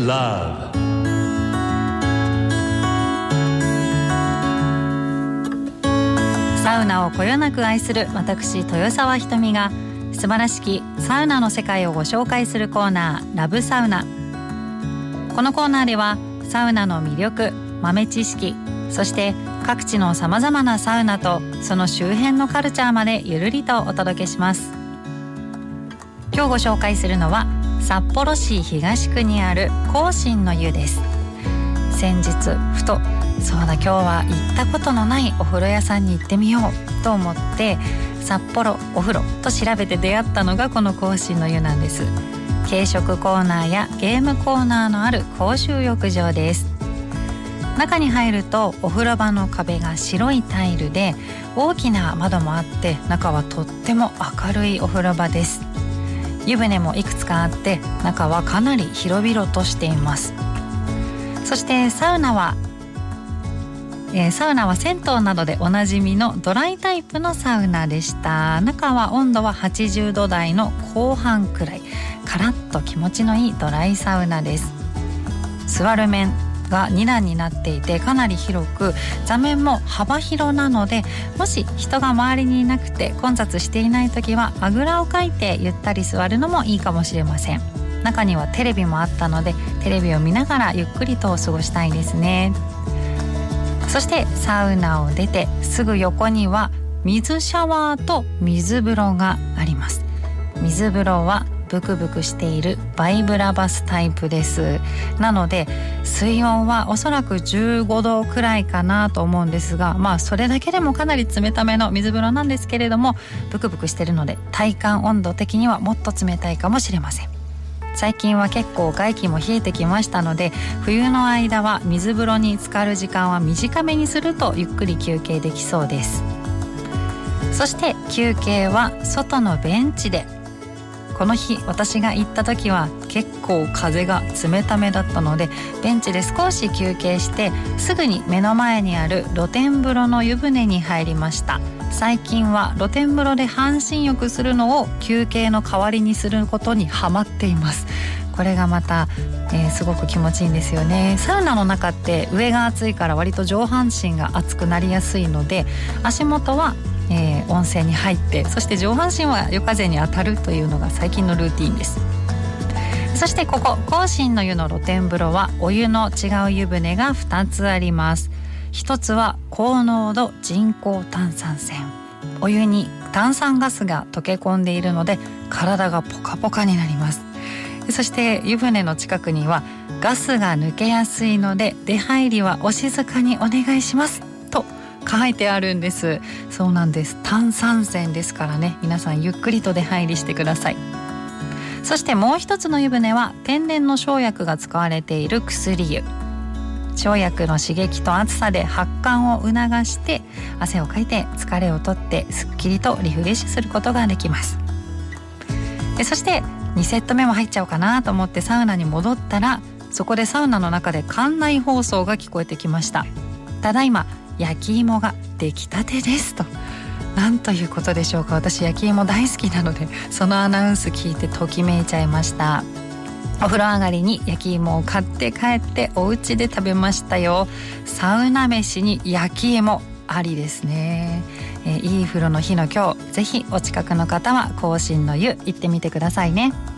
love。 サウナをこよなく愛する私豊沢ひとみが素晴らしきサウナの世界をご紹介するコーナー、ラブサウナ。このコーナーではサウナの魅力、豆知識、そして各地のさまざまなサウナとその周辺のカルチャーまでゆるりとお届けします。今日ご紹介するのは札幌市東区にある光心の湯です。先日ふとそうだ今日は行ったことのないお風呂屋さんに行ってみようと思って札幌お風呂と調べて出会ったのがこの光心の湯なんです。軽食コーナーやゲームコーナーのある公衆浴場です。中に入るとお風呂場の壁が白いタイルで大きな窓もあって中はとっても明るいお風呂場です。湯船もいくつかあって中はかなり広々としています。そしてサウナは銭湯などでおなじみのドライタイプのサウナでした。中は温度は80度台の後半くらい、カラッと気持ちのいいドライサウナです。座る面が2段になっていてかなり広く、座面も幅広なので、もし人が周りにいなくて混雑していない時はあぐらをかいてゆったり座るのもいいかもしれません。中にはテレビもあったのでテレビを見ながらゆっくりと過ごしたいですね。そしてサウナを出てすぐ横には水シャワーと水風呂があります。水風呂はブクブクしているバイブラバスタイプです。なので水温はおそらく15度くらいかなと思うんですが、それだけでもかなり冷ための水風呂なんですけれども、ブクブクしているので体感温度的にはもっと冷たいかもしれません。最近は結構外気も冷えてきましたので、冬の間は水風呂に浸かる時間は短めにするとゆっくり休憩できそうです。そして休憩は外のベンチで。この日私が行った時は結構風が冷ためだったのでベンチで少し休憩してすぐに目の前にある露天風呂の湯船に入りました。最近は露天風呂で半身浴するのを休憩の代わりにすることにハマっています。これがまた、すごく気持ちいいんですよね。サウナの中って上が暑いから割と上半身が熱くなりやすいので、足元は温泉に入って、そして上半身は夜風に当たるというのが最近のルーティンです。そしてここ光心の湯の露天風呂はお湯の違う湯船が2つあります。一つは高濃度人工炭酸泉。お湯に炭酸ガスが溶け込んでいるので体がポカポカになります。そして湯船の近くにはガスが抜けやすいので出入りはお静かにお願いしますと書いてあるんです。そうなんです。炭酸泉ですからね、皆さんゆっくりと出入りしてください。そしてもう一つの湯船は天然の生薬が使われている薬湯。生薬の刺激と暑さで発汗を促して汗をかいて疲れを取ってすっきりとリフレッシュすることができます。そして2セット目も入っちゃおうかなと思ってサウナに戻ったら、そこでサウナの中で館内放送が聞こえてきました。ただいま焼き芋が出来たてですと。なんということでしょうか。私焼き芋大好きなのでそのアナウンス聞いてときめいちゃいました。お風呂上がりに焼き芋を買って帰ってお家で食べましたよ。サウナ飯に焼き芋ありですね。いい風呂の日の今日、ぜひお近くの方は光心の湯行ってみてくださいね。